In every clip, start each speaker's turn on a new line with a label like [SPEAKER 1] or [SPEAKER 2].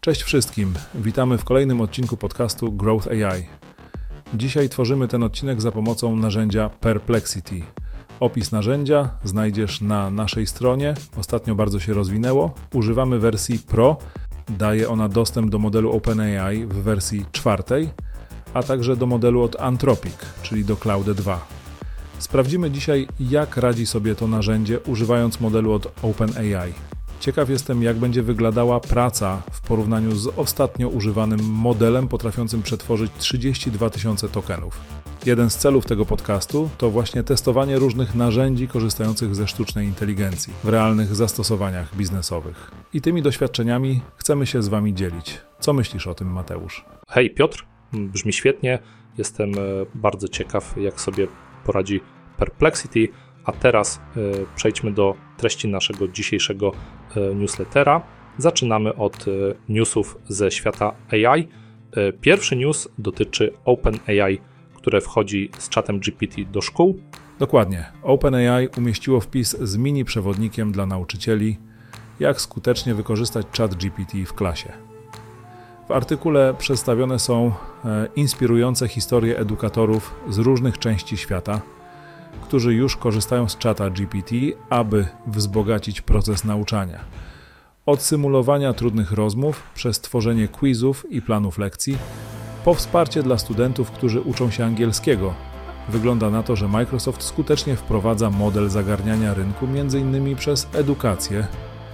[SPEAKER 1] Cześć wszystkim, witamy w kolejnym odcinku podcastu Growth AI. Dzisiaj tworzymy ten odcinek za pomocą narzędzia Perplexity. Opis narzędzia znajdziesz na naszej stronie, ostatnio bardzo się rozwinęło. Używamy wersji Pro, daje ona dostęp do modelu OpenAI w wersji 4, a także do modelu od Anthropic, czyli do Claude 2. Sprawdzimy dzisiaj, jak radzi sobie to narzędzie używając modelu od OpenAI. Ciekaw jestem, jak będzie wyglądała praca w porównaniu z ostatnio używanym modelem potrafiącym przetworzyć 32 000 tokenów. Jeden z celów tego podcastu to właśnie testowanie różnych narzędzi korzystających ze sztucznej inteligencji w realnych zastosowaniach biznesowych. I tymi doświadczeniami chcemy się z Wami dzielić. Co myślisz o tym, Mateusz?
[SPEAKER 2] Hej Piotr, brzmi świetnie. Jestem bardzo ciekaw, jak sobie poradzi Perplexity. A teraz przejdźmy do treści naszego dzisiejszego newslettera. Zaczynamy od newsów ze świata AI. Pierwszy news dotyczy OpenAI, które wchodzi z czatem GPT do szkół.
[SPEAKER 1] Dokładnie. OpenAI umieściło wpis z mini przewodnikiem dla nauczycieli, jak skutecznie wykorzystać czat GPT w klasie. W artykule przedstawione są inspirujące historie edukatorów z różnych części świata, którzy już korzystają z czata GPT, aby wzbogacić proces nauczania. Od symulowania trudnych rozmów, przez tworzenie quizów i planów lekcji, po wsparcie dla studentów, którzy uczą się angielskiego. Wygląda na to, że Microsoft skutecznie wprowadza model zagarniania rynku, m.in. przez edukację.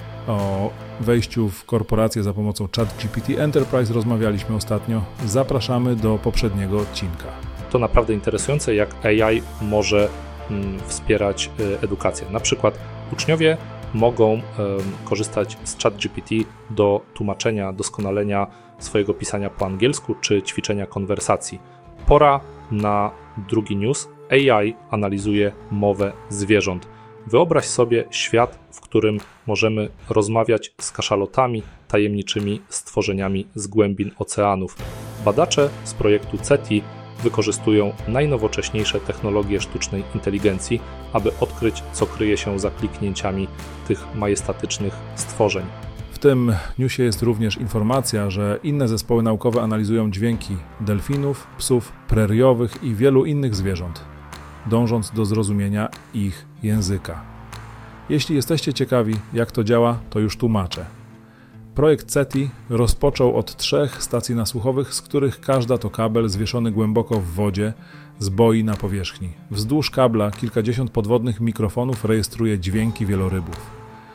[SPEAKER 1] O wejściu w korporację za pomocą ChatGPT Enterprise rozmawialiśmy ostatnio. Zapraszamy do poprzedniego odcinka.
[SPEAKER 2] To naprawdę interesujące, jak AI może wspierać edukację. Na przykład uczniowie mogą korzystać z ChatGPT do tłumaczenia, doskonalenia swojego pisania po angielsku czy ćwiczenia konwersacji. Pora na drugi news. AI analizuje mowę zwierząt. Wyobraź sobie świat, w którym możemy rozmawiać z kaszalotami, tajemniczymi stworzeniami z głębin oceanów. Badacze z projektu CETI wykorzystują najnowocześniejsze technologie sztucznej inteligencji, aby odkryć, co kryje się za kliknięciami tych majestatycznych stworzeń.
[SPEAKER 1] W tym newsie jest również informacja, że inne zespoły naukowe analizują dźwięki delfinów, psów preriowych i wielu innych zwierząt, dążąc do zrozumienia ich języka. Jeśli jesteście ciekawi, jak to działa, to już tłumaczę. Projekt CETI rozpoczął od 3 stacji nasłuchowych, z których każda to kabel zwieszony głęboko w wodzie z boi na powierzchni. Wzdłuż kabla kilkadziesiąt podwodnych mikrofonów rejestruje dźwięki wielorybów.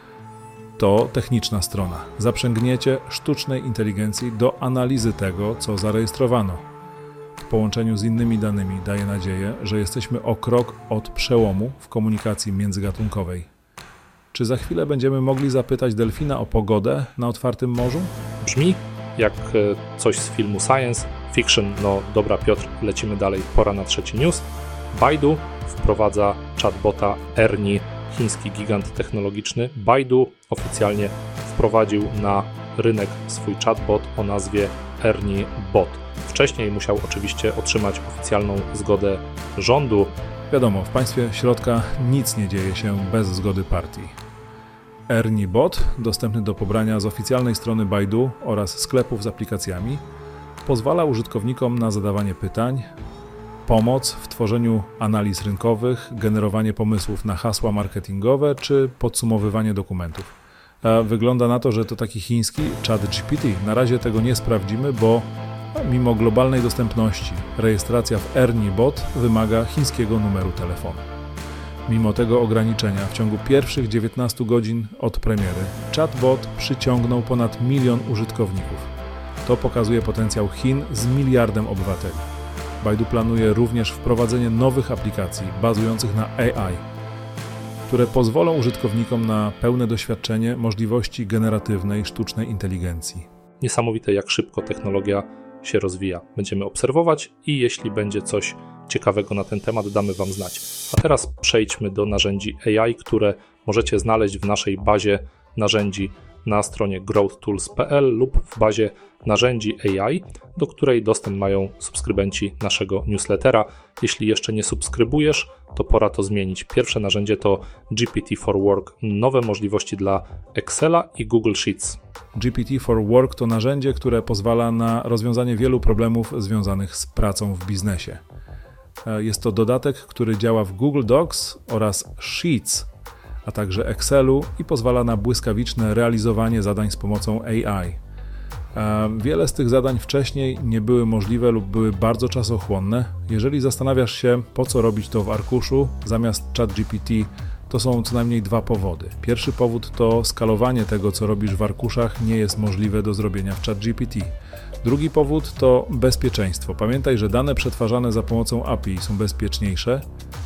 [SPEAKER 1] To techniczna strona. Zaprzęgnięcie sztucznej inteligencji do analizy tego, co zarejestrowano. W połączeniu z innymi danymi daje nadzieję, że jesteśmy o krok od przełomu w komunikacji międzygatunkowej. Czy za chwilę będziemy mogli zapytać delfina o pogodę na otwartym morzu?
[SPEAKER 2] Brzmi jak coś z filmu science fiction. No dobra Piotr, lecimy dalej. Pora na trzeci news. Baidu wprowadza chatbota Ernie, chiński gigant technologiczny. Baidu oficjalnie wprowadził na rynek swój chatbot o nazwie Ernie Bot. Wcześniej musiał oczywiście otrzymać oficjalną zgodę rządu.
[SPEAKER 1] Wiadomo, w państwie środka nic nie dzieje się bez zgody partii. Ernie Bot, dostępny do pobrania z oficjalnej strony Baidu oraz sklepów z aplikacjami, pozwala użytkownikom na zadawanie pytań, pomoc w tworzeniu analiz rynkowych, generowanie pomysłów na hasła marketingowe czy podsumowywanie dokumentów. Wygląda na to, że to taki chiński ChatGPT. Na razie tego nie sprawdzimy, bo mimo globalnej dostępności, rejestracja w Ernie Bot wymaga chińskiego numeru telefonu. Mimo tego ograniczenia w ciągu pierwszych 19 godzin od premiery chatbot przyciągnął ponad 1 milion użytkowników. To pokazuje potencjał Chin z 1 miliardem obywateli. Baidu planuje również wprowadzenie nowych aplikacji bazujących na AI, które pozwolą użytkownikom na pełne doświadczenie możliwości generatywnej sztucznej inteligencji.
[SPEAKER 2] Niesamowite, jak szybko technologia się rozwija. Będziemy obserwować i jeśli będzie coś ciekawego na ten temat, damy Wam znać. A teraz przejdźmy do narzędzi AI, które możecie znaleźć w naszej bazie narzędzi na stronie growthtools.pl lub w bazie narzędzi AI, do której dostęp mają subskrybenci naszego newslettera. Jeśli jeszcze nie subskrybujesz, to pora to zmienić. Pierwsze narzędzie to GPT-4Work, nowe możliwości dla Excela i Google Sheets.
[SPEAKER 1] GPT-4Work to narzędzie, które pozwala na rozwiązanie wielu problemów związanych z pracą w biznesie. Jest to dodatek, który działa w Google Docs oraz Sheets, a także Excelu i pozwala na błyskawiczne realizowanie zadań z pomocą AI. Wiele z tych zadań wcześniej nie były możliwe lub były bardzo czasochłonne. Jeżeli zastanawiasz się, po co robić to w arkuszu zamiast ChatGPT, to są co najmniej dwa powody. Pierwszy powód to skalowanie tego, co robisz w arkuszach, nie jest możliwe do zrobienia w ChatGPT. Drugi powód to bezpieczeństwo. Pamiętaj, że dane przetwarzane za pomocą API są bezpieczniejsze.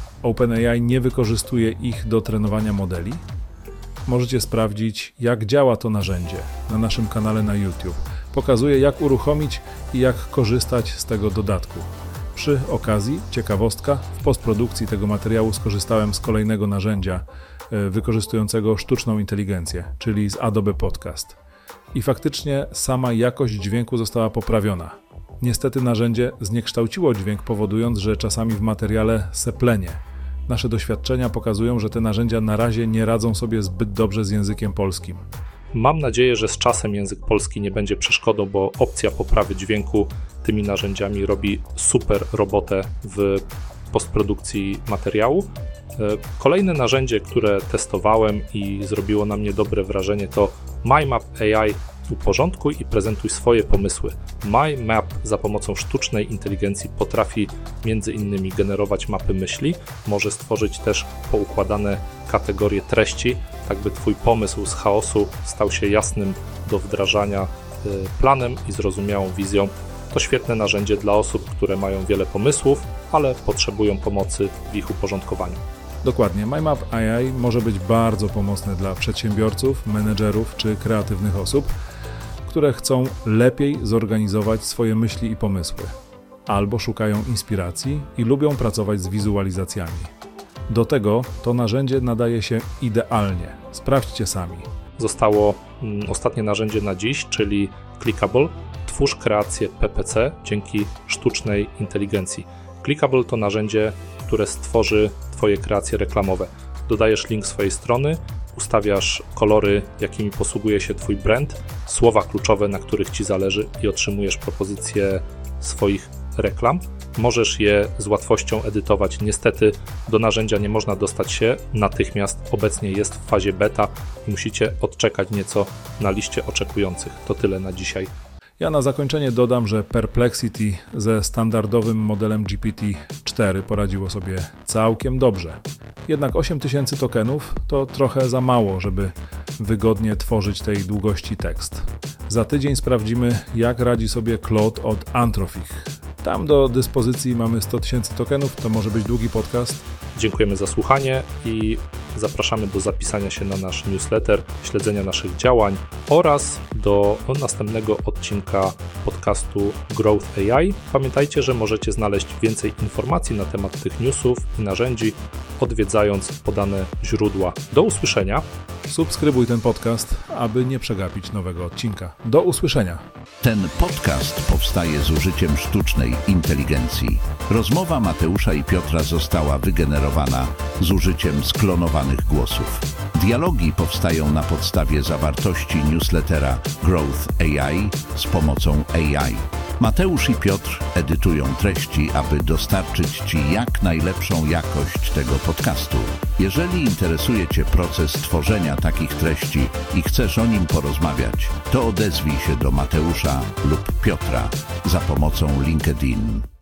[SPEAKER 1] OpenAI nie wykorzystuje ich do trenowania modeli. Możecie sprawdzić, jak działa to narzędzie na naszym kanale na YouTube. Pokazuję, jak uruchomić i jak korzystać z tego dodatku. Przy okazji, ciekawostka, w postprodukcji tego materiału skorzystałem z kolejnego narzędzia wykorzystującego sztuczną inteligencję, czyli z Adobe Podcast. I faktycznie sama jakość dźwięku została poprawiona. Niestety narzędzie zniekształciło dźwięk, powodując, że czasami w materiale seplenie. Nasze doświadczenia pokazują, że te narzędzia na razie nie radzą sobie zbyt dobrze z językiem polskim.
[SPEAKER 2] Mam nadzieję, że z czasem język polski nie będzie przeszkodą, bo opcja poprawy dźwięku tymi narzędziami robi super robotę w postprodukcji materiału. Kolejne narzędzie, które testowałem i zrobiło na mnie dobre wrażenie, to MyMap AI. Uporządkuj i prezentuj swoje pomysły. MyMap za pomocą sztucznej inteligencji potrafi m.in. generować mapy myśli, może stworzyć też poukładane kategorie treści, tak by Twój pomysł z chaosu stał się jasnym do wdrażania planem i zrozumiałą wizją. To świetne narzędzie dla osób, które mają wiele pomysłów, ale potrzebują pomocy w ich uporządkowaniu.
[SPEAKER 1] Dokładnie, MyMap AI może być bardzo pomocne dla przedsiębiorców, menedżerów czy kreatywnych osób, które chcą lepiej zorganizować swoje myśli i pomysły, albo szukają inspiracji i lubią pracować z wizualizacjami. Do tego to narzędzie nadaje się idealnie. Sprawdźcie sami.
[SPEAKER 2] Zostało ostatnie narzędzie na dziś, czyli Clickable. Twórz kreację PPC dzięki sztucznej inteligencji. Clickable to narzędzie, które stworzy Twoje kreacje reklamowe. Dodajesz link swojej strony, ustawiasz kolory, jakimi posługuje się Twój brand, słowa kluczowe, na których Ci zależy i otrzymujesz propozycje swoich reklam. Możesz je z łatwością edytować. Niestety do narzędzia nie można dostać się natychmiast. Obecnie jest w fazie beta i musicie odczekać nieco na liście oczekujących. To tyle na dzisiaj.
[SPEAKER 1] Ja na zakończenie dodam, że Perplexity ze standardowym modelem GPT-4 poradziło sobie całkiem dobrze. Jednak 8000 tokenów to trochę za mało, żeby wygodnie tworzyć tej długości tekst. Za tydzień sprawdzimy, jak radzi sobie Claude od Anthropic. Tam do dyspozycji mamy 100 000 tokenów, to może być długi podcast.
[SPEAKER 2] Dziękujemy za słuchanie i zapraszamy do zapisania się na nasz newsletter, śledzenia naszych działań oraz do następnego odcinka podcastu Growth AI. Pamiętajcie, że możecie znaleźć więcej informacji na temat tych newsów i narzędzi, odwiedzając podane źródła. Do usłyszenia.
[SPEAKER 1] Subskrybuj ten podcast, aby nie przegapić nowego odcinka. Do usłyszenia.
[SPEAKER 3] Ten podcast powstaje z użyciem sztucznej inteligencji. Rozmowa Mateusza i Piotra została wygenerowana z użyciem sklonowanych głosów. Dialogi powstają na podstawie zawartości newslettera Growth AI z pomocą AI. Mateusz i Piotr edytują treści, aby dostarczyć Ci jak najlepszą jakość tego podcastu. Jeżeli interesuje Cię proces tworzenia takich treści i chcesz o nim porozmawiać, to odezwij się do Mateusza lub Piotra za pomocą LinkedIn.